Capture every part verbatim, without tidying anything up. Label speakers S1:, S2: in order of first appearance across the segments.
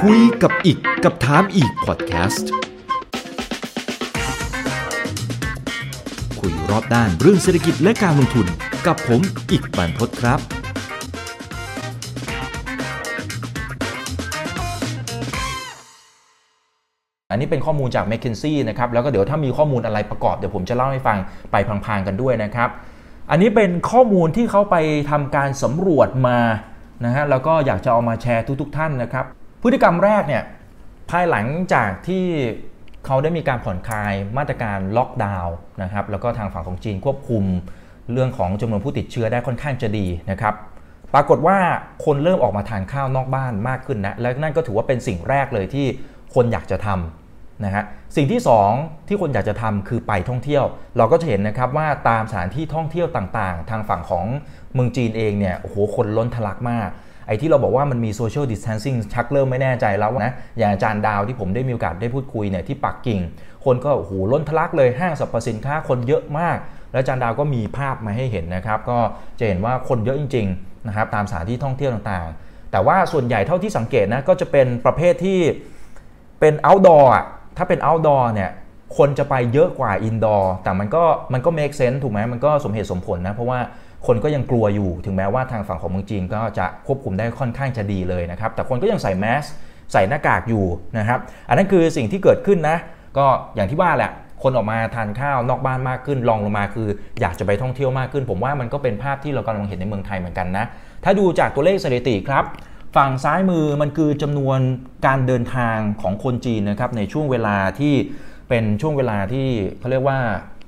S1: คุยกับอีกกับถามอีกพอดแคสต์คุยรอบด้านเรื่องเศรษฐกิจและการลงทุนกับผมอีกบรรพตครับ
S2: อันนี้เป็นข้อมูลจาก McKinsey นะครับแล้วก็เดี๋ยวถ้ามีข้อมูลอะไรประกอบเดี๋ยวผมจะเล่าให้ฟังไปพลางๆกันด้วยนะครับอันนี้เป็นข้อมูลที่เขาไปทำการสำรวจมานะฮะแล้วก็อยากจะเอามาแชร์ทุกๆท่านนะครับพฤติกรรมแรกเนี่ยภายหลังจากที่เขาได้มีการผ่อนคลายมาตรการล็อกดาวน์นะครับแล้วก็ทางฝั่งของจีนควบคุมเรื่องของจำนวนผู้ติดเชื้อได้ค่อนข้างจะดีนะครับปรากฏว่าคนเริ่มออกมาทานข้าวนอกบ้านมากขึ้นนะและนั่นก็ถือว่าเป็นสิ่งแรกเลยที่คนอยากจะทำนะฮะสิ่งที่สองที่คนอยากจะทำคือไปท่องเที่ยวเราก็จะเห็นนะครับว่าตามสถานที่ท่องเที่ยวต่างๆทางฝั่งของเมืองจีนเองเนี่ยโอ้โหคนล้นทะลักมากไอ้ที่เราบอกว่ามันมี social distancing ชักเริ่มไม่แน่ใจแล้วนะอย่างอาจารย์ดาวที่ผมได้มีโอกาสได้พูดคุยเนี่ยที่ปักกิ่งคนก็โอ้โหล้นทะลักเลยห้างสรรพสินค้าคนเยอะมากแล้วอาจารย์ดาวก็มีภาพมาให้เห็นนะครับก็จะเห็นว่าคนเยอะจริงๆนะครับตามสถานที่ท่องเที่ยวต่างๆแต่ว่าส่วนใหญ่เท่าที่สังเกตนะก็จะเป็นประเภทที่เป็น outdoor อ่ะถ้าเป็น outdoor เนี่ยคนจะไปเยอะกว่า indoor แต่มันก็มันก็ make sense ถูกไหมมันก็สมเหตุสมผลนะเพราะว่าคนก็ยังกลัวอยู่ถึงแม้ว่าทางฝั่งของเมืองจีนก็จะควบคุมได้ค่อนข้างจะดีเลยนะครับแต่คนก็ยังใส่แมสใส่หน้ากากอยู่นะครับอันนั้นคือสิ่งที่เกิดขึ้นนะก็อย่างที่ว่าแหละคนออกมาทานข้าวนอกบ้านมากขึ้นลองลงมาคืออยากจะไปท่องเที่ยวมากขึ้นผมว่ามันก็เป็นภาพที่เรากำลังเห็นในเมืองไทยเหมือนกันนะถ้าดูจากตัวเลขสถิติครับฝั่งซ้ายมือมันคือจำนวนการเดินทางของคนจีนนะครับในช่วงเวลาที่เป็นช่วงเวลาที่เขาเรียกว่า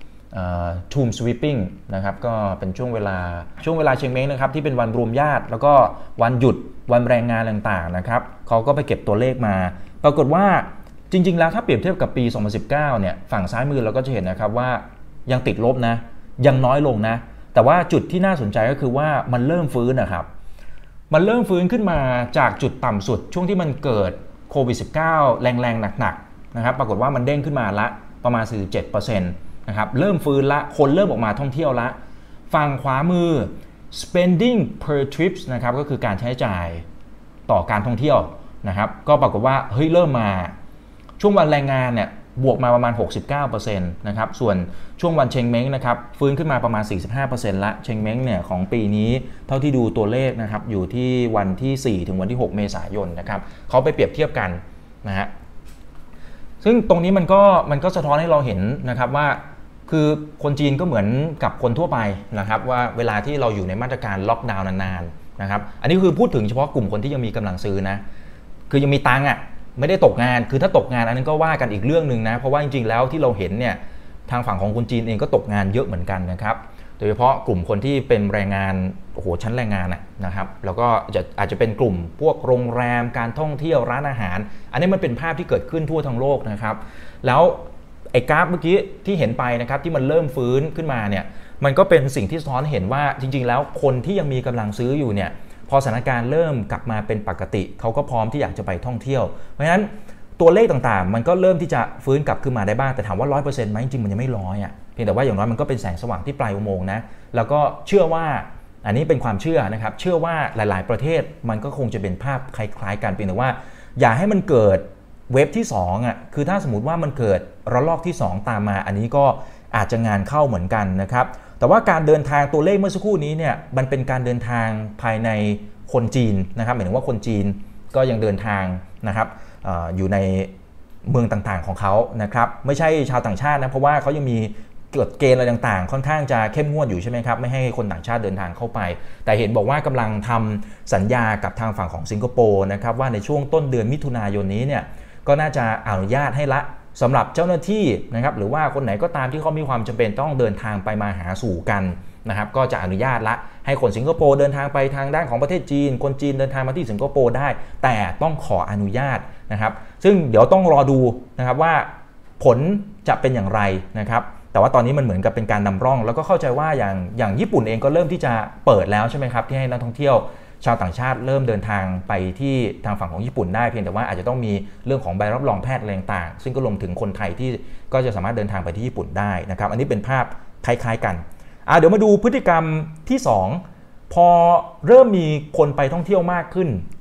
S2: tomb sweeping นะครับก็เป็นช่วงเวลาช่วงเวลาเชงเม้งนะครับที่เป็นวันรวมญาติแล้วก็วันหยุดวันแรงงานต่างๆนะครับเขาก็ไปเก็บตัวเลขมาปรากฏว่าจริงๆแล้วถ้าเปรียบเทียบกับปีสองพันสิบเก้าเนี่ยฝั่งซ้ายมือเราก็จะเห็นนะครับว่ายังติดลบนะยังน้อยลงนะแต่ว่าจุดที่น่าสนใจก็คือว่ามันเริ่มฟื้นนะครับมันเริ่มฟื้นขึ้นมาจากจุดต่ำสุดช่วงที่มันเกิดโควิด สิบเก้า แรงๆหนักๆนะครับปรากฏว่ามันเด้งขึ้นมาละประมาณ สี่สิบเจ็ดเปอร์เซ็นต์นะครับเริ่มฟื้นละคนเริ่มออกมาท่องเที่ยวละฝั่งขวามือ spending per trips นะครับก็คือการใช้จ่ายต่อการท่องเที่ยวนะครับก็ปรากฏว่าเฮ้ยเริ่มมาช่วงวันแรงงานเนี่ยบวกมาประมาณ หกสิบเก้าเปอร์เซ็นต์ นะครับส่วนช่วงวันเชงเม้งนะครับฟื้นขึ้นมาประมาณ สี่สิบห้าเปอร์เซ็นต์ ละเชงเม้งเนี่ยของปีนี้เท่าที่ดูตัวเลขนะครับอยู่ที่วันที่สี่ถึงวันที่หกเมษายนนะครับเขาไปเปรียบเทียบกันนะฮะซึ่งตรงนี้มันก็มันก็สะท้อนให้เราเห็นนะครับว่าคือคนจีนก็เหมือนกับคนทั่วไปนะครับว่าเวลาที่เราอยู่ในมาตรการล็อกดาวน์นานๆนะครับอันนี้คือพูดถึงเฉพาะกลุ่มคนที่ยังมีกำลังซื้อนะคือยังมีตังค์อ่ะไม่ได้ตกงานคือถ้าตกงานอันนั้นก็ว่ากันอีกเรื่องนึงนะเพราะว่าจริงๆแล้วที่เราเห็นเนี่ยทางฝั่งของคนจีนเองก็ตกงานเยอะเหมือนกันนะครับโดยเฉพาะกลุ่มคนที่เป็นแรงงานโอ้โหชั้นแรงงานนะครับแล้วก็จะอาจจะเป็นกลุ่มพวกโรงแรมการท่องเที่ยวร้านอาหารอันนี้มันเป็นภาพที่เกิดขึ้นทั่วทั้งโลกนะครับแล้วไอ้กราฟเมื่อกี้ที่เห็นไปนะครับที่มันเริ่มฟื้นขึ้นมาเนี่ยมันก็เป็นสิ่งที่สะท้อนเห็นว่าจริงๆแล้วคนที่ยังมีกำลังซื้ออยู่เนี่ยพอสถานการณ์เริ่มกลับมาเป็นปกติเขาก็พร้อมที่อยากจะไปท่องเที่ยวเพราะฉะนั้นตัวเลขต่างๆมันก็เริ่มที่จะฟื้นกลับขึ้นมาได้บ้างแต่ถามว่า ร้อยเปอร์เซ็นต์ ไหมจริงๆมันยังไม่ร้อยอ่ะเพียงแต่ว่าอย่างน้อยมันก็เป็นแสงสว่างที่ปลายอุโมงค์นะแล้วก็เชื่อว่าอันนี้เป็นความเชื่อนะครับเชื่อว่าหลายๆประเทศมันก็คงจะเป็นภาพคล้ายๆกันเพียงแต่ว่าอย่าให้มันเกิดเวฟที่สองอ่ะคือถ้าสมมติว่ามันเกิดระลอกที่สองตามมาอันนี้ก็อาจจะงานเข้าเหมือนกันนะครับแต่ว่าการเดินทางตัวเลขเมื่อสักครู่นี้เนี่ยมันเป็นการเดินทางภายในคนจีนนะครับหมายถึงว่าคนจีนก็ยังเดินทางนะครับ อ, อยู่ในเมืองต่างๆของเขานะครับไม่ใช่ชาวต่างชาตินะเพราะว่าเขายังมีกฎเกณฑ์อะไรต่างๆค่อนข้างจะเข้มงวดอยู่ใช่ไหมครับไม่ให้คนต่างชาติเดินทางเข้าไปแต่เห็นบอกว่ากำลังทำสัญญากับทางฝั่งของสิงคโปร์นะครับว่าในช่วงต้นเดือนมิถุนายนนี้เนี่ยก็น่าจะอนุญาตให้ละสำหรับเจ้าหน้าที่นะครับหรือว่าคนไหนก็ตามที่เขามีความจำเป็นต้องเดินทางไปมาหาสู่กันนะครับก็จะอนุญาตละให้คนสิงคโปร์เดินทางไปทางด้านของประเทศจีนคนจีนเดินทางมาที่สิงคโปร์ได้แต่ต้องขออนุญาตนะครับซึ่งเดี๋ยวต้องรอดูนะครับว่าผลจะเป็นอย่างไรนะครับแต่ว่าตอนนี้มันเหมือนกับเป็นการนำร่องแล้วก็เข้าใจว่าอย่างอย่างญี่ปุ่นเองก็เริ่มที่จะเปิดแล้วใช่ไหมครับที่ให้นักท่องเที่ยวชาวต่างชาติเริ่มเดินทางไปที่ทางฝั่งของญี่ปุ่นได้เพียงแต่ว่าอาจจะต้องมีเรื่องของใบรับรองแพทย์อะไรต่างๆซึ่งก็รวมถึงคนไทยที่ก็จะสามารถเดินทางไปที่ญี่ปุ่นได้นะครับอันนี้เป็นภาพคล้ายๆกันอ่ะเดี๋ยวมาดูพฤติกรรมที่สองพอเริ่มมีคนไปท่องเที่ยวมากขึ้น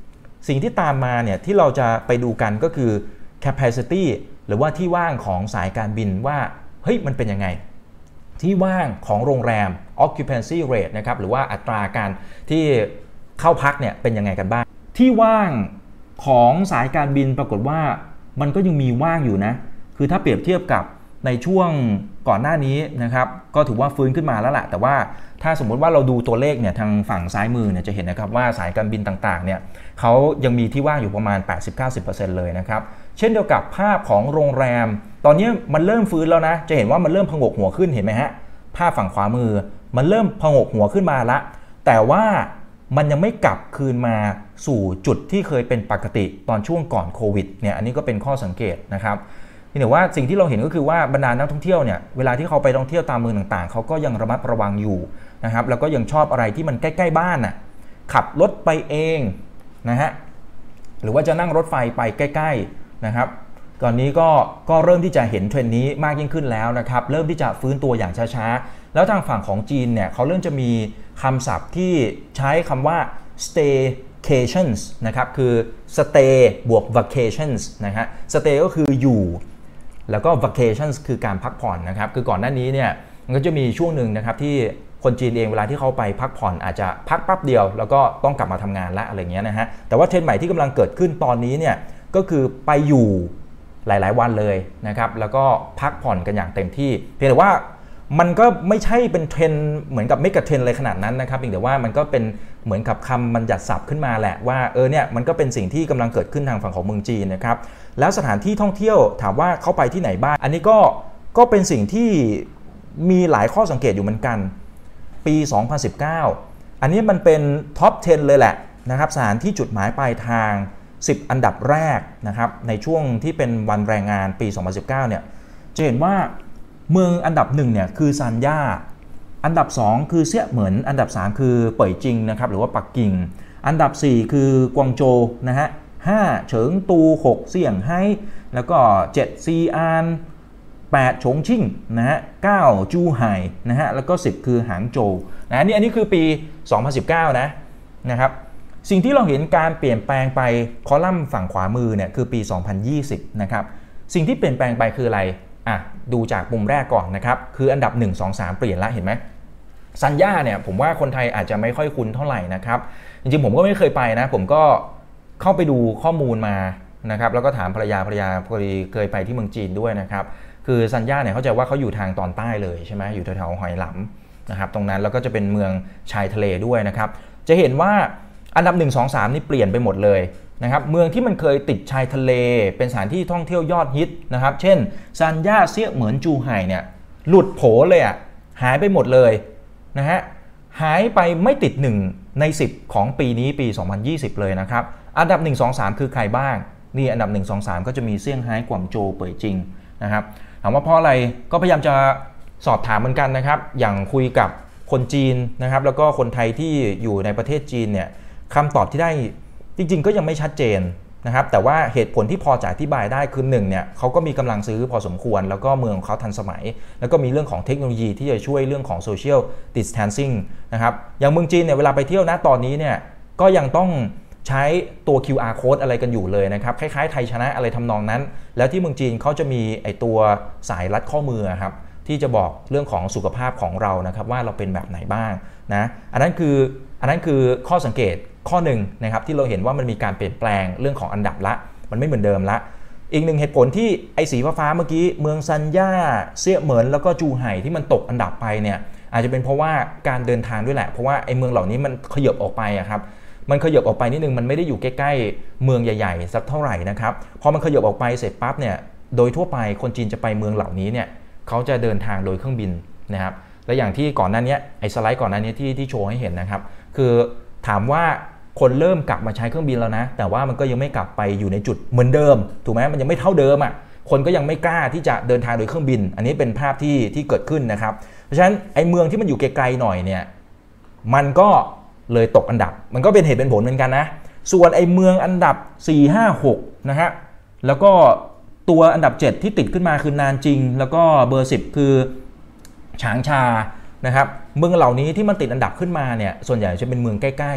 S2: สิ่งที่ตามมาเนี่ยที่เราจะไปดูกันก็คือ capacity หรือว่าที่ว่างของสายการบินว่าเฮ้ยมันเป็นยังไงที่ว่างของโรงแรม occupancy rate นะครับหรือว่าอัตราการที่เข้าพักเนี่ยเป็นยังไงกันบ้างที่ว่างของสายการบินปรากฏว่ามันก็ยังมีว่างอยู่นะคือถ้าเปรียบเทียบกับในช่วงก่อนหน้านี้นะครับก็ถือว่าฟื้นขึ้นมาแล้วแหละแต่ว่าถ้าสมมติว่าเราดูตัวเลขเนี่ยทางฝั่งซ้ายมือเนี่ยจะเห็นนะครับว่าสายการบินต่างๆเนี่ยเขายังมีที่ว่างอยู่ประมาณ แปดสิบถึงเก้าสิบเปอร์เซ็นต์ เลยนะครับเช่นเดียวกับภาพของโรงแรมตอนนี้มันเริ่มฟื้นแล้วนะจะเห็นว่ามันเริ่มผงกหัวขึ้นเห็นไหมฮะภาพฝั่งขวามือมันเริ่มผงกหัวขึ้นมาละแต่ว่ามันยังไม่กลับคืนมาสู่จุดที่เคยเป็นปกติตอนช่วงก่อนโควิดเนี่ยอันนี้ก็เป็นข้อสังเกตนะครับที่เห็นว่าสิ่งที่เราเห็นก็คือว่าบรรดานักท่องเที่ยวเนี่ยเวลาที่เขาไปท่องเที่ยวตามเมืองต่างๆเขาก็ยังระมัดระวังอยู่นะครับแล้วก็ยังชอบอะไรที่มันใกล้ๆบ้านน่ะขับรถไปเองนะฮะหรือว่าจะนั่งรถไฟไปใกล้ๆนะครับตอนนี้ก็ก็เริ่มที่จะเห็นเทรนด์นี้มากยิ่งขึ้นแล้วนะครับเริ่มที่จะฟื้นตัวอย่างช้าๆแล้วทางฝั่งของจีนเนี่ยเขาเริ่มจะมีคำศัพท์ที่ใช้คำว่า staycations นะครับคือ stay บวก vacations นะฮะ stay ก็คืออยู่แล้วก็ vacations คือการพักผ่อนนะครับคือก่อนหน้านี้เนี่ยมันก็จะมีช่วงหนึ่งนะครับที่คนจีนเองเวลาที่เขาไปพักผ่อนอาจจะพักแป๊บเดียวแล้วก็ต้องกลับมาทำงานละอะไรเงี้ยนะฮะแต่ว่าเทรนด์ใหม่ที่กำลังเกิดขึ้นตอนนี้เนี่ยก็คือไปอยู่หลายๆวันเลยนะครับแล้วก็พักผ่อนกันอย่างเต็มที่เพียงแต่ว่ามันก็ไม่ใช่เป็นเทรนด์เหมือนกับเมกะเทรนด์เลยขนาดนั้นนะครับเพียงแต่ว่ามันก็เป็นเหมือนกับคำบัญญัติศัพท์ขึ้นมาแหละว่าเออเนี่ยมันก็เป็นสิ่งที่กำลังเกิดขึ้นทางฝั่งของเมืองจีนนะครับแล้วสถานที่ท่องเที่ยวถามว่าเข้าไปที่ไหนบ้างอันนี้ก็ก็เป็นสิ่งที่มีหลายข้อสังเกตอยู่เหมือนกันปีสองพันสิบเก้าอันนี้มันเป็นท็อปสิบเลยแหละนะครับสถานที่จุดหมายปลายทางสิบอันดับแรกนะครับในช่วงที่เป็นวันแรงงานปีสองพันสิบเก้าเนี่ยจะเห็นว่าเมืองอันดับหนึ่งเนี่ยคือซานย่าอันดับสองคือเซี่ยเหมินอันดับสามคือเป่ยจิงนะครับหรือว่าปักกิ่งอันดับสี่คือกวางโจวนะฮะห้าเฉิงตูหกเซี่ยงไฮ้แล้วก็เจ็ดซีอานแปดฉงชิ่งนะฮะเก้าจูไห่นะฮะแล้วก็สิบคือหางโจวนะอันนี้อันนี้คือปีสองพันสิบเก้านะนะครับสิ่งที่เราเห็นการเปลี่ยนแปลงไปคอลัมน์ฝั่งขวามือเนี่ยคือปีสองพันยี่สิบนะครับสิ่งที่เปลี่ยนแปลงไปคืออะไรอ่ะดูจากมุมแรกก่อนนะครับคืออันดับหนึ่ง สอง สามเปลี่ยนละเห็นไหมซันย่าเนี่ยผมว่าคนไทยอาจจะไม่ค่อยคุ้นเท่าไหร่นะครับจริงๆผมก็ไม่เคยไปนะผมก็เข้าไปดูข้อมูลมานะครับแล้วก็ถามภรรยาภรรยาพอดีเคยไปที่เมืองจีนด้วยนะครับคือซันย่าเนี่ยเข้าใจว่าเขาอยู่ทางตอนใต้เลยใช่ไหมอยู่แถวๆหอยหลำนะครับตรงนั้นแล้วก็จะเป็นเมืองชายทะเลด้วยนะครับจะเห็นว่าอันดับหนึ่ง สอง สามนี่เปลี่ยนไปหมดเลยนะครับเมืองที่มันเคยติดชายทะเลเป็นสถานที่ท่องเที่ยวยอดฮิตนะครับเช่นซานย่าเซี่ยเหมินจูไห่เนี่ยหลุดโผเลยอ่ะหายไปหมดเลยนะฮะหายไปไม่ติดหนึ่งในสิบของปีนี้ปีสองพันยี่สิบเลยนะครับอันดับหนึ่ง สอง สามคือใครบ้างนี่อันดับหนึ่ง สอง สามก็จะมีเซี่ยงไฮ้กวางโจวเป่ยจิงนะครับถามว่าเพราะอะไรก็พยายามจะสอบถามเหมือนกันนะครับอย่างคุยกับคนจีนนะครับแล้วก็คนไทยที่อยู่ในประเทศจีนเนี่ยคำตอบที่ได้จริงๆก็ยังไม่ชัดเจนนะครับแต่ว่าเหตุผลที่พอจะอธิบายได้คือหนึ่งเนี่ยเขาก็มีกำลังซื้อพอสมควรแล้วก็เมืองของเขาทันสมัยแล้วก็มีเรื่องของเทคโนโลยีที่จะช่วยเรื่องของ social distancing นะครับอย่างเมืองจีนเนี่ยเวลาไปเที่ยวนะตอนนี้เนี่ยก็ยังต้องใช้ตัว คิว อาร์ code อะไรกันอยู่เลยนะครับคล้ายๆไทยชนะอะไรทำนองนั้นแล้วที่เมืองจีนเขาจะมีไอตัวสายรัดข้อมือครับที่จะบอกเรื่องของสุขภาพของเรานะครับว่าเราเป็นแบบไหนบ้างนะอันนั้นคืออันนั้นคือข้อสังเกตข้อหนึ่งนะครับที่เราเห็นว่ามันมีการเปลี่ยนแปลงเรื่องของอันดับละมันไม่เหมือนเดิมละอีกหนึ่งเหตุผลที่ไอ้สีฟ้าเมื่อกี้เมืองซันย่าเซี่ยเหมินแล้วก็จูไห่ที่มันตกอันดับไปเนี่ยอาจจะเป็นเพราะว่าการเดินทางด้วยแหละเพราะว่าไอ้เมืองเหล่านี้มันขยับออกไปอะครับมันขยับออกไปนิดนึงมันไม่ได้อยู่ใกล้ๆเมืองใหญ่ๆสักเท่าไหร่นะครับพอมันขยับออกไปเสร็จปั๊บเนี่ยโดยทั่วไปคนจีนจะไปเมืองเหล่านี้เนี่ยเขาจะเดินทางโดยเครื่องบินนะครับและอย่างที่ก่อนหน้านี้ไอ้สไลด์ก่อนหน้านี้ที่ที่โชว์ให้เห็นนะครับคือถามว่าคนเริ่มกลับมาใช้เครื่องบินแล้วนะแต่ว่ามันก็ยังไม่กลับไปอยู่ในจุดเหมือนเดิมถูกไหมมันยังไม่เท่าเดิมอ่ะคนก็ยังไม่กล้าที่จะเดินทางโดยเครื่องบินอันนี้เป็นภาพที่ที่เกิดขึ้นนะครับเพราะฉะนั้นไอ้เมืองที่มันอยู่ไกลๆหน่อยเนี่ยมันก็เลยตกอันดับมันก็เป็นเหตุเป็นผลเหมือนกันนะส่วนไอ้เมืองอันดับสี่ ห้า หกนะฮะแล้วก็ตัวอันดับเจ็ดที่ติดขึ้นมาคือนานจิงแล้วก็เบอร์สิบคือฉางชานะครับเมืองเหล่านี้ที่มันติดอันดับขึ้นมาเนี่ยส่วนใหญ่จะเป็นเมืองใกล้ๆ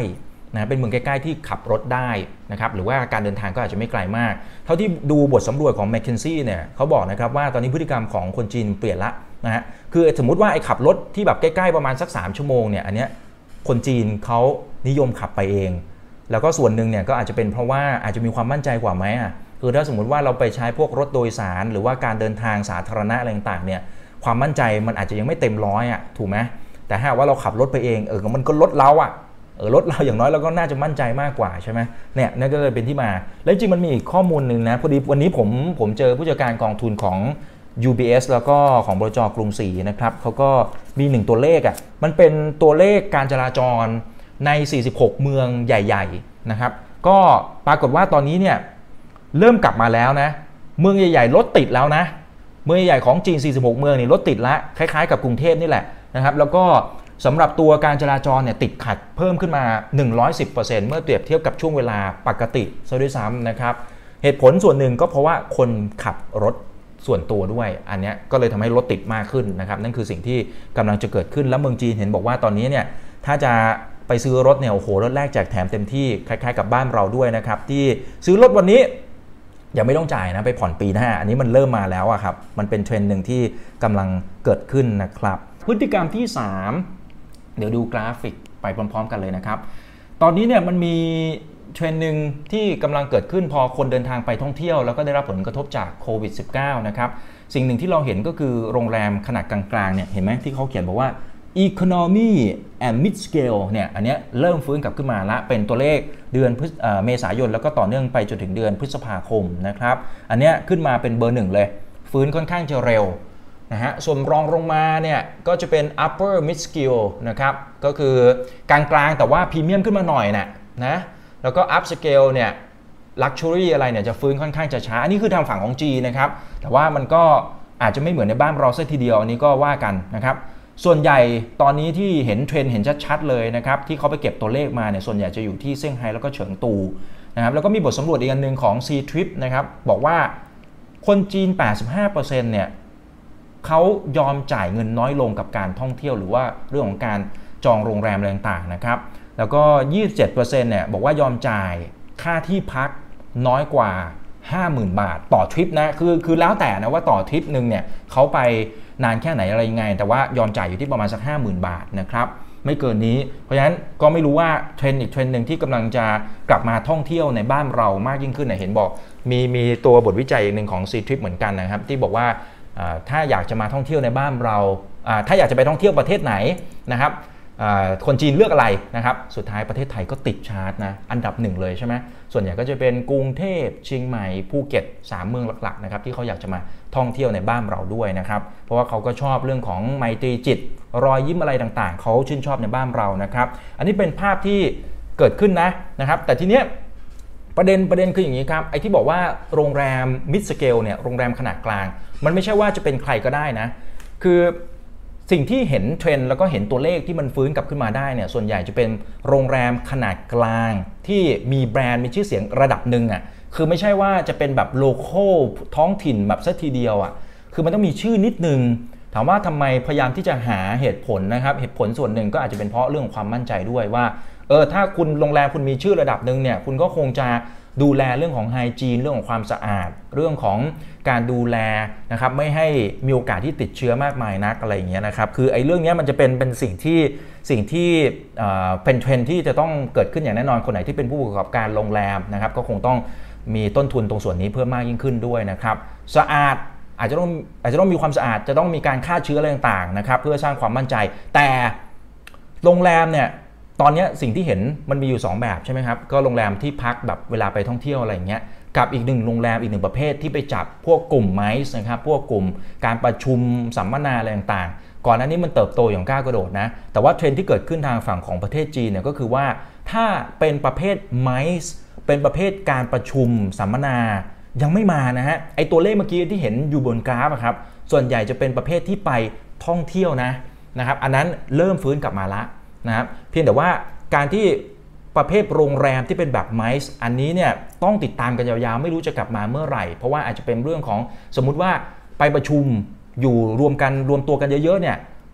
S2: นะเป็นเมืองใกล้ๆที่ขับรถได้นะครับหรือว่าการเดินทางก็อาจจะไม่ไกลมากเท่าที่ดูบทสำรวจของ McKinsey เนี่ยเขาบอกนะครับว่าตอนนี้พฤติกรรมของคนจีนเปลี่ยนละนะฮะคือสมมุติว่าไอ้ขับรถที่แบบใกล้ๆประมาณสักสามชั่วโมงเนี่ยอันเนี้ยคนจีนเขานิยมขับไปเองแล้วก็ส่วนหนึ่งเนี่ยก็อาจจะเป็นเพราะว่าอาจจะมีความมั่นใจกว่าไหมอ่ะคือถ้าสมมติว่าเราไปใช้พวกรถโดยสารหรือว่าการเดินทางสาธารณะอะไรต่างๆเนี่ยความมั่นใจมันอาจจะยังไม่เต็มร้อยอ่ะถูกไหมแต่ถ้าว่าเราขับรถไปเองเออมันก็รถเราอ่ะเออรถเราอย่างน้อยเราก็น่าจะมั่นใจมากกว่าใช่ไหมเนี่ยนั่นก็เลยเป็นที่มาแล้วจริงมันมีอีกข้อมูลหนึ่งนะพอดีวันนี้ผมผมเจอผู้จัดการกองทุนของ ยู บี เอส แล้วก็ของบลจ.กรุงศรีนะครับเขาก็มีหนึ่งตัวเลขอ่ะมันเป็นตัวเลขการจราจรในสี่สิบหกเมืองใหญ่ๆนะครับก็ปรากฏว่าตอนนี้เนี่ยเริ่มกลับมาแล้วนะเมืองใหญ่ๆรถติดแล้วนะเมืองใหญ่ๆของจีนสี่สิบหกเมืองนี่รถติดละคล้ายๆกับกรุงเทพนี่แหละนะครับแล้วก็สำหรับตัวการจราจรเนี่ยติดขัดเพิ่มขึ้นมา หนึ่งร้อยสิบเปอร์เซ็นต์ เมื่อเปรียบเทียบกับช่วงเวลาปกติซะด้วยซ้ำนะครับเหตุผลส่วนหนึ่งก็เพราะว่าคนขับรถส่วนตัวด้วยอันนี้ก็เลยทำให้รถติดมากขึ้นนะครับนั่นคือสิ่งที่กำลังจะเกิดขึ้นแล้วเมืองจีนเห็นบอกว่าตอนนี้เนี่ยถ้าจะไปซื้อรถเนี่ยโอ้โหรถแรกแจกแถมเต็มที่คล้ายๆกับบ้านเราด้วยนะครับที่ซื้อรถวันนี้ยังไม่ต้องจ่ายนะไปผ่อนปีหน้าอันนี้มันเริ่มมาแล้วอะครับมันเป็นเทรนด์หนึ่งที่กำลังเกิดขึ้นนะครับพฤติกรรมที่สามเดี๋ยวดูกราฟิกไปพร้อมๆกันเลยนะครับตอนนี้เนี่ยมันมีเทรนด์หนึ่งที่กำลังเกิดขึ้นพอคนเดินทางไปท่องเที่ยวแล้วก็ได้รับผลกระทบจากโควิด สิบเก้า นะครับสิ่งหนึ่งที่เราเห็นก็คือโรงแรมขนาดกลางๆเนี่ยเห็นไหมที่เขาเขียนบอกว่า Economy and Mid Scale เนี่ยอันนี้เริ่มฟื้นกลับขึ้นมาละเป็นตัวเลขเดือนเมษายนแล้วก็ต่อเนื่องไปจนถึงเดือนพฤษภาคมนะครับอันนี้ขึ้นมาเป็นเบอร์หนึ่งเลยฟื้นค่อนข้างจะเร็วนะฮะส่วนรองลงมาเนี่ยก็จะเป็น upper mid scale นะครับก็คือกลางๆแต่ว่าพรีเมียมขึ้นมาหน่อยนะนะแล้วก็ up scale เนี่ย luxury อะไรเนี่ยจะฟื้นค่อนข้างจะช้าอันนี้คือทางฝั่งของ G นะครับแต่ว่ามันก็อาจจะไม่เหมือนในบ้านเราซะทีเดียวอันนี้ก็ว่ากันนะครับส่วนใหญ่ตอนนี้ที่เห็นเทรนด์เห็นชัดๆเลยนะครับที่เขาไปเก็บตัวเลขมาเนี่ยส่วนใหญ่จะอยู่ที่เซี่ยงไฮ้แล้วก็เฉิงตูนะครับแล้วก็มีบทสำรวจอีกอันหนึ่งของ C-Trip นะครับบอกว่าคนจีน แปดสิบห้าเปอร์เซ็นต์ เนี่ยเขายอมจ่ายเงินน้อยลงกับการท่องเที่ยวหรือว่าเรื่องของการจองโรงแรมอะไรต่างๆนะครับแล้วก็ ยี่สิบเจ็ดเปอร์เซ็นต์ เนี่ยบอกว่ายอมจ่ายค่าที่พักน้อยกว่า ห้าหมื่น บาทต่อทริปนะคือคือแล้วแต่นะว่าต่อทริปนึงเนี่ยเขาไปนานแค่ไหนอะไรยังไงแต่ว่ายอมจ่ายอยู่ที่ประมาณสัก ห้าหมื่น บาทนะครับไม่เกินนี้เพราะฉะนั้นก็ไม่รู้ว่าเทรนด์อีกเทรนด์หนึ่งที่กำลังจะกลับมาท่องเที่ยวในบ้านเรามากยิ่งขึ้นเนี่ยเห็นบอกมีมีตัวบทวิจัยอีกหนึ่งของ C-Trip เหมือนกันนะครับที่บอกว่าถ้าอยากจะมาท่องเที่ยวในบ้านเราถ้าอยากจะไปท่องเที่ยวประเทศไหนนะครับคนจีนเลือกอะไรนะครับสุดท้ายประเทศไทยก็ติดชาร์ตนะอันดับหนึ่งเลยใช่ไหมส่วนใหญ่ก็จะเป็นกรุงเทพเชียงใหม่ภูเก็ตสามเมืองหลักๆนะครับที่เขาอยากจะมาท่องเที่ยวในบ้านเราด้วยนะครับเพราะว่าเขาก็ชอบเรื่องของไมตรีจิตรอยยิ้มอะไรต่างๆเขาชื่นชอบในบ้านเรานะครับอันนี้เป็นภาพที่เกิดขึ้นนะนะครับแต่ทีเนี้ยประเด็นประเด็นคืออย่างนี้ครับไอ้ที่บอกว่าโรงแรมมิดสเกลเนี่ยโรงแรมขนาดกลางมันไม่ใช่ว่าจะเป็นใครก็ได้นะคือสิ่งที่เห็นเทรนด์แล้วก็เห็นตัวเลขที่มันฟื้นกลับขึ้นมาได้เนี่ยส่วนใหญ่จะเป็นโรงแรมขนาดกลางที่มีแบรนด์มีชื่อเสียงระดับหนึ่งอ่ะคือไม่ใช่ว่าจะเป็นแบบโลคอลท้องถิ่นแบบซะทีเดียวอ่ะคือมันต้องมีชื่อนิดนึงถามว่าทำไมพยายามที่จะหาเหตุผลนะครับเหตุผลส่วนหนึ่งก็อาจจะเป็นเพราะเรื่องความมั่นใจด้วยว่าเออถ้าคุณโรงแรมคุณมีชื่อระดับหนึ่งเนี่ยคุณก็คงจะดูแลเรื่องของไฮจีนเรื่องของความสะอาดเรื่องของการดูแลนะครับไม่ให้มีโอกาสที่ติดเชื้อมากมายนักอะไรอย่างเงี้ยนะครับคือไอ้เรื่องนี้มันจะเป็นเป็นสิ่งที่สิ่งที่เป็นเทรนด์ที่จะต้องเกิดขึ้นอย่างแน่นอนคนไหนที่เป็นผู้ประกอบการโรงแรมนะครับก็คงต้องมีต้นทุนตรงส่วนนี้เพิ่มมากยิ่งขึ้นด้วยนะครับสะอาดอาจจะต้องอาจจะต้องมีความสะอาดจะต้องมีการฆ่าเชื้ออะไรต่างๆนะครับเพื่อสร้างความมั่นใจแต่โรงแรมเนี่ยตอนนี้สิ่งที่เห็นมันมีอยู่สองแบบใช่ไหมครับก็โรงแรมที่พักแบบเวลาไปท่องเที่ยวอะไรอย่างเงี้ยกับอีกหนึ่งโรงแรมอีกหนึ่งประเภทที่ไปจับพวกกลุ่มไมซ์นะครับพวกกลุ่มการประชุมสัมมนาอะไรต่างๆก่อนหน้านี้มันเติบโตอย่างก้าวกระโดดนะแต่ว่าเทรนด์ที่เกิดขึ้นทางฝั่งของประเทศจีนเนี่ยก็คือว่าถ้าเป็นประเภทไมซ์เป็นประเภทการประชุมสัมมนายังไม่มานะฮะไอตัวเลขเมื่อกี้ที่เห็นอยู่บนกราฟครับส่วนใหญ่จะเป็นประเภทที่ไปท่องเที่ยวนะนะครับอันนั้นเริ่มฟื้นกลับมาละนะครับเพียงแต่ว่าการที่ประเภทโรงแรมที่เป็นแบบไมซ์อันนี้เนี่ยต้องติดตามกันยาวๆไม่รู้จะกลับมาเมื่อไหร่เพราะว่าอาจจะเป็นเรื่องของสมมุติว่าไปประชุมอยู่รวมกันรวมตัวกันเยอะๆเนี่ย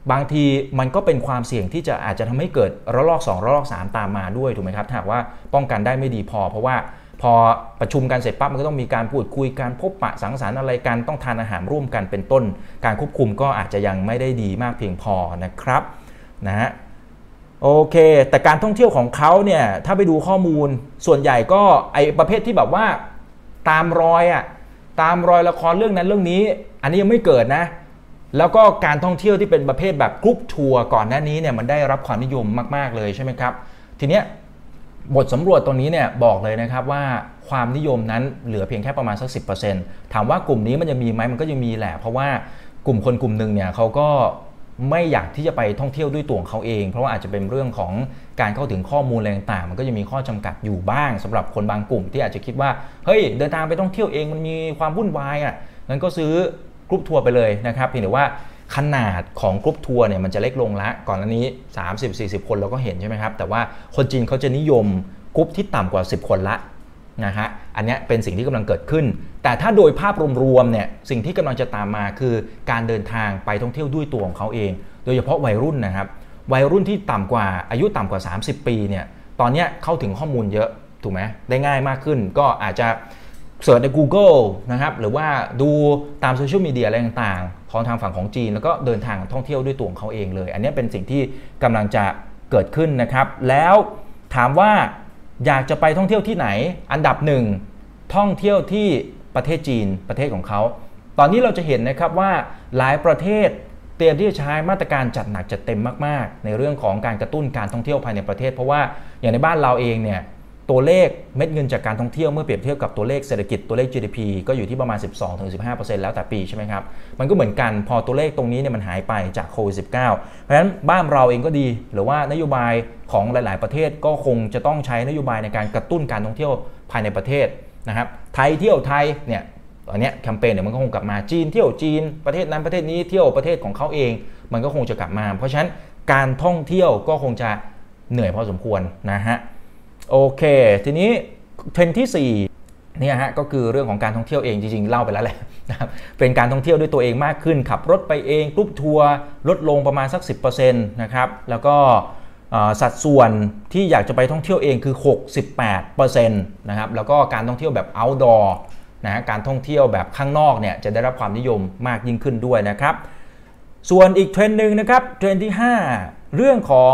S2: บางทีมันก็เป็นความเสี่ยงที่จะอาจจะทำให้เกิดระลอกสองระลอกสามตามมาด้วยถูกไหมครับถ้าหากว่าป้องกันได้ไม่ดีพอเพราะว่าพอประชุมกันเสร็จปั๊บมันก็ต้องมีการพูดคุยการพบปะสังสรรค์อะไรกันต้องทานอาหารร่วมกันเป็นต้นการควบคุมก็อาจจะยังไม่ได้ดีมากเพียงพอนะครับนะฮะโอเคแต่การท่องเที่ยวของเขาเนี่ยถ้าไปดูข้อมูลส่วนใหญ่ก็ไอประเภทที่แบบว่าตามรอยอ่ะตามรอยละครเรื่องนั้นเรื่องนี้อันนี้ยังไม่เกิดนะแล้วก็การท่องเที่ยวที่เป็นประเภทแบบกรุ๊ปทัวร์ก่อนหน้านี้เนี่ยมันได้รับความนิยมมากๆเลยใช่ไหมครับทีเนี้ยบทสำรวจตรงนี้เนี่ยบอกเลยนะครับว่าความนิยมนั้นเหลือเพียงแค่ประมาณสัก สิบเปอร์เซ็นต์ ถามว่ากลุ่มนี้มันจะมีไหมมันก็ยังมีแหละเพราะว่ากลุ่มคนกลุ่มหนึ่งเนี่ยเขาก็ไม่อยากที่จะไปท่องเที่ยวด้วยตัวของเขาเองเพราะว่าอาจจะเป็นเรื่องของการเข้าถึงข้อมูลอะไรต่างๆมันก็จะมีข้อจำกัดอยู่บ้างสำหรับคนบางกลุ่มที่อาจจะคิดว่าเฮ้ยเดินทางไปท่องเที่ยวเองมันมีความวุ่นวายอ่ะงั้นก็ซื้อกรุ๊ปทัวร์ไปเลยนะครับเพียงแต่ว่าขนาดของกรุ๊ปทัวร์เนี่ยมันจะเล็กลงละก่อนหน้านี้ สามสิบถึงสี่สิบ คนเราก็เห็นใช่ไหมครับแต่ว่าคนจีนเขาจะนิยมกรุ๊ปที่ต่ำกว่าสิบคนละนะฮะอันนี้เป็นสิ่งที่กำลังเกิดขึ้นแต่ถ้าโดยภาพรวมๆเนี่ยสิ่งที่กำลังจะตามมาคือการเดินทางไปท่องเที่ยวด้วยตัวของเขาเองโดยเฉพาะวัยรุ่นนะครับวัยรุ่นที่ต่ำกว่าอายุต่ำกว่าสามสิบปีเนี่ยตอนนี้เข้าถึงข้อมูลเยอะถูกไหมได้ง่ายมากขึ้นก็อาจจะเสิร์ชใน Google นะครับหรือว่าดูตามโซเชียลมีเดียอะไรต่างๆของทางฝั่งของจีนแล้วก็เดินทางท่องเที่ยวด้วยตัวของเขาเองเลยอันนี้เป็นสิ่งที่กำลังจะเกิดขึ้นนะครับแล้วถามว่าอยากจะไปท่องเที่ยวที่ไหนอันดับหนึ่งท่องเที่ยวที่ประเทศจีนประเทศของเขาตอนนี้เราจะเห็นนะครับว่าหลายประเทศเตรียมที่จะใช้มาตรการจัดหนักจัดเต็มมากๆในเรื่องของการกระตุ้นการท่องเที่ยวภายในประเทศเพราะว่าอย่างในบ้านเราเองเนี่ยตัวเลขเม็ดเงินจากการท่องเที่ยวเมื่อเปรียบเทียบกับตัวเลขเศรษฐกิจตัวเลข จี ดี พี ก็อยู่ที่ประมาณ สิบสองถึงสิบห้าเปอร์เซ็นต์ แล้วแต่ปีใช่ไหมครับมันก็เหมือนกันพอตัวเลขตรงนี้เนี่ยมันหายไปจากโควิด สิบเก้า เพราะฉะนั้นบ้านเราเองก็ดีหรือว่านโยบายของหลายๆประเทศก็คงจะต้องใช้นโยบายในการกระตุ้นการท่องเที่ยวภายในประเทศนะครับไทยเที่ยวไทยเนี่ยตอนนี้แคมเปญเนี่ยมันก็คงกลับมาจีนเที่ยวจีนประเทศนั้นประเทศนี้เที่ยวประเทศของเขาเองมันก็คงจะกลับมาเพราะฉะนั้นการท่องเที่ยวก็คงจะเหนื่อยพอสมควรนะฮะโอเคทีนี้เทรนด์ที่สี่เนี่ยฮะก็คือเรื่องของการท่องเที่ยวเองจริงๆเล่าไปแล้วแหละนะครับเป็นการท่องเที่ยวด้วยตัวเองมากขึ้นขับรถไปเองกรุ๊ปทัวร์ลดลงประมาณสัก สิบเปอร์เซ็นต์ นะครับแล้วก็สัดส่วนที่อยากจะไปท่องเที่ยวเองคือ หกสิบแปดเปอร์เซ็นต์ นะครับแล้วก็การท่องเที่ยวแบบ outdoor นะการท่องเที่ยวแบบข้างนอกเนี่ยจะได้รับความนิยมมากยิ่งขึ้นด้วยนะครับส่วนอีกเทรนด์หนึ่งนะครับเทรนด์ที่ห้าเรื่องของ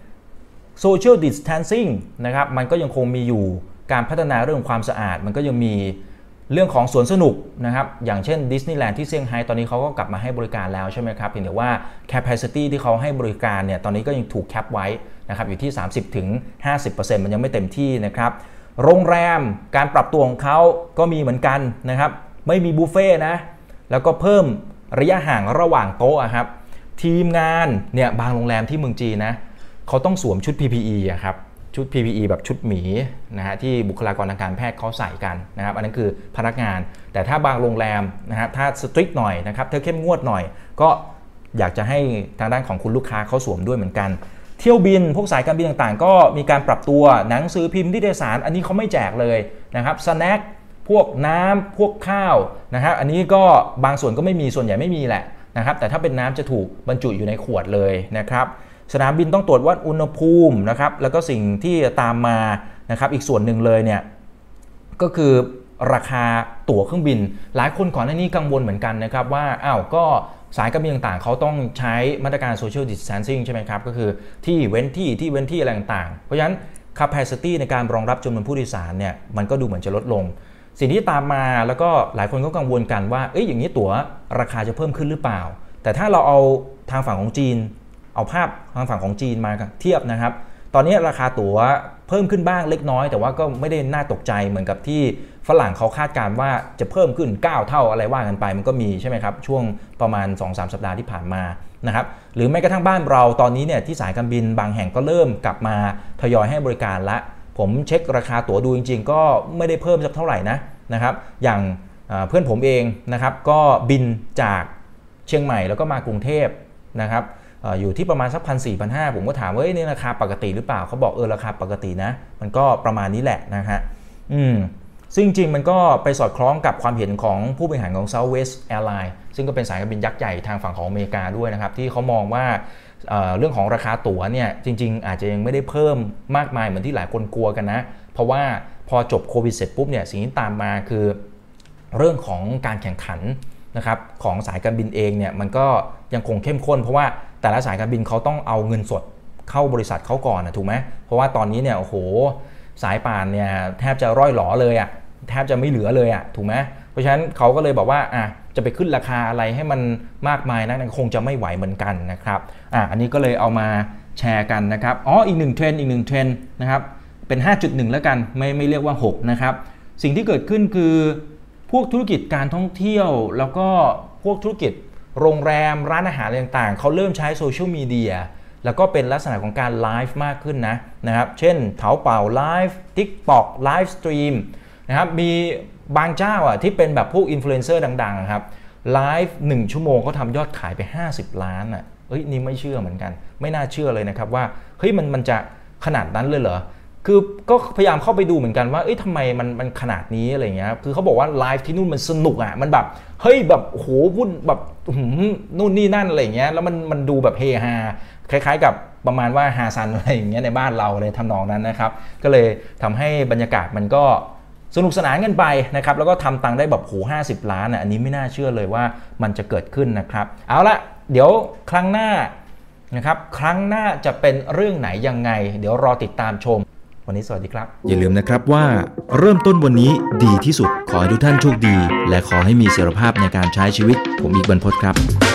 S2: social distancing นะครับมันก็ยังคงมีอยู่การพัฒนาเรื่องความสะอาดมันก็ยังมีเรื่องของสวนสนุกนะครับอย่างเช่นดิสนีย์แลนด์ที่เซี่ยงไฮ้ตอนนี้เขาก็กลับมาให้บริการแล้วใช่ไหมครับเพียงแต่ว่า capacity ที่เขาให้บริการเนี่ยตอนนี้ก็ยังถูกแคปไว้นะครับอยู่ที่ สามสิบถึงห้าสิบเปอร์เซ็นต์ มันยังไม่เต็มที่นะครับโรงแรมการปรับตัวของเขาก็มีเหมือนกันนะครับไม่มีบุฟเฟ่นะแล้วก็เพิ่มระยะห่างระหว่างโต๊ะครับทีมงานเนี่ยบางโรงแรมที่เมืองจีนนะเขาต้องสวมชุด พี พี อี อะครับชุด พี พี อี แบบชุดหมีนะฮะที่บุคลากรทางการแพทย์เขาใส่กันนะครับอันนั้นคือพนักงานแต่ถ้าบางโรงแรมนะฮะถ้าสตริกหน่อยนะครับถ้าเข้มงวดหน่อยก็อยากจะให้ทางด้านของคุณลูกค้าเขาสวมด้วยเหมือนกันเที่ยวบินพวกสายการบินต่างๆก็มีการปรับตัวหนังสือพิมพ์นิตยสารอันนี้เขาไม่แจกเลยนะครับสแน็คพวกน้ำพวกข้าวนะครับอันนี้ก็บางส่วนก็ไม่มีส่วนใหญ่ไม่มีแหละนะครับแต่ถ้าเป็นน้ำจะถูกบรรจุอยู่ในขวดเลยนะครับสนามบินต้องตรวจวัดอุณหภูมินะครับแล้วก็สิ่งที่ตามมานะครับอีกส่วนหนึ่งเลยเนี่ยก็คือราคาตั๋วเครื่องบินหลายคนก่อนหน้านี้กังวลเหมือนกันนะครับว่าอ้าวก็สายการบินต่างๆเขาต้องใช้มาตรการ social distancing ใช่ไหมครับก็คือที่เว้นที่ที่เว้นที่อะไรต่างๆเพราะฉะนั้น capacity ในการรองรับจำนวนผู้โดยสารเนี่ยมันก็ดูเหมือนจะลดลงสิ่งที่ตามมาแล้วก็หลายคนก็กังวลกันว่าเอ๊ะอย่างนี้ตั๋วราคาจะเพิ่มขึ้นหรือเปล่าแต่ถ้าเราเอาทางฝั่งของจีนเอาภาพทางฝั่งของจีนมาเทียบนะครับตอนนี้ราคาตั๋วเพิ่มขึ้นบ้างเล็กน้อยแต่ว่าก็ไม่ได้น่าตกใจเหมือนกับที่ฝรั่งเขาคาดการณ์ว่าจะเพิ่มขึ้นเก้าเท่าอะไรว่ากันไปมันก็มีใช่ไหมครับช่วงประมาณ สองถึงสาม สัปดาห์ที่ผ่านมานะครับหรือแม้กระทั่งบ้านเราตอนนี้เนี่ยที่สายการบินบางแห่งก็เริ่มกลับมาทยอยให้บริการละผมเช็คราคาตั๋วดูจริงๆก็ไม่ได้เพิ่มสักเท่าไหร่นะนะครับอย่างเพื่อนผมเองนะครับก็บินจากเชียงใหม่แล้วก็มากรุงเทพนะครับอยู่ที่ประมาณสักพันสี่พันห้าผมก็ถามว่านี่ราคาปกติหรือเปล่าเขาบอกเออราคาปกตินะมันก็ประมาณนี้แหละนะฮะอืมซึ่งจริงมันก็ไปสอดคล้องกับความเห็นของผู้บริหารของ Southwest Airlines ซึ่งก็เป็นสายการบินยักษ์ใหญ่ทางฝั่งของอเมริกาด้วยนะครับที่เขามองว่า เอ่อ เรื่องของราคาตั๋วเนี่ยจริงๆอาจจะยังไม่ได้เพิ่มมากมายเหมือนที่หลายคนกลัวกันนะเพราะว่าพอจบโควิดเสร็จปุ๊บเนี่ยสิ่งที่ตามมาคือเรื่องของการแข่งขันนะครับของสายการบินเองเนี่ยมันก็ยังคงเข้มข้นเพราะว่าแต่ละสายการบินเขาต้องเอาเงินสดเข้าบริษัทเขาก่อนนะถูกไหมเพราะว่าตอนนี้เนี่ยโอ้โหสายป่านเนี่ยแทบจะร่อยหลอเลยอะแทบจะไม่เหลือเลยอะถูกไหมเพราะฉะนั้นเขาก็เลยบอกว่าอ่ะจะไปขึ้นราคาอะไรให้มันมากมายนะคงจะไม่ไหวเหมือนกันนะครับอ่ะอันนี้ก็เลยเอามาแชร์กันนะครับอ๋ออีกหนึ่งเทรนด์อีกหนึ่งเทรนด์นะครับเป็น ห้าจุดหนึ่ง แล้วกันไม่ไม่เรียกว่าหกนะครับสิ่งที่เกิดขึ้นคือพวกธุรกิจการท่องเที่ยวแล้วก็พวกธุรกิจโรงแรมร้านอาหารอะไรต่างๆเขาเริ่มใช้โซเชียลมีเดียแล้วก็เป็นลักษณะของการไลฟ์มากขึ้นนะนะครับเช่นเถาเป่าไลฟ์ TikTok ไลฟ์สตรีมนะครับมีบางเจ้าอ่ะที่เป็นแบบพวกอินฟลูเอนเซอร์ดังๆครับไลฟ์หนึ่งชั่วโมงเขาทำยอดขายไปห้าสิบล้านอ่ะเอ้ยนี่ไม่เชื่อเหมือนกันไม่น่าเชื่อเลยนะครับว่าเฮ้ยมันมันจะขนาดนั้นเลยเหรอคือก็พยายามเข้าไปดูเหมือนกันว่าเอ้ยทำไมมันมันขนาดนี้อะไรเงี้ยคือเขาบอกว่าไลฟ์ที่นู่นมันสนุกอ่ะมันแบบเฮ้ยแบบโหวุ่นแบบนู่นนี่นั่นอะไรเงี้ยแล้วมันมันดูแบบเฮฮาคล้ายๆกับประมาณว่าฮาซันอะไรอย่างเงี้ยในบ้านเราเลยทำนองนั้นนะครับก็เลยทำให้บรรยากาศมันก็สนุกสนานกันไปนะครับแล้วก็ทำตังค์ได้แบบโหห้าสิบล้านอ่ะอันนี้ไม่น่าเชื่อเลยว่ามันจะเกิดขึ้นนะครับเอาละเดี๋ยวครั้งหน้านะครับครั้งหน้าจะเป็นเรื่องไหนยังไงเดี๋ยวรอติดตามชมวันนี้สวัสดีครับ
S1: อย่าลืมนะครับว่าเริ่มต้นวันนี้ดีที่สุดขอให้ทุกท่านโชคดีและขอให้มีเสรีภาพในการใช้ชีวิตผมอีกบรรพตครับ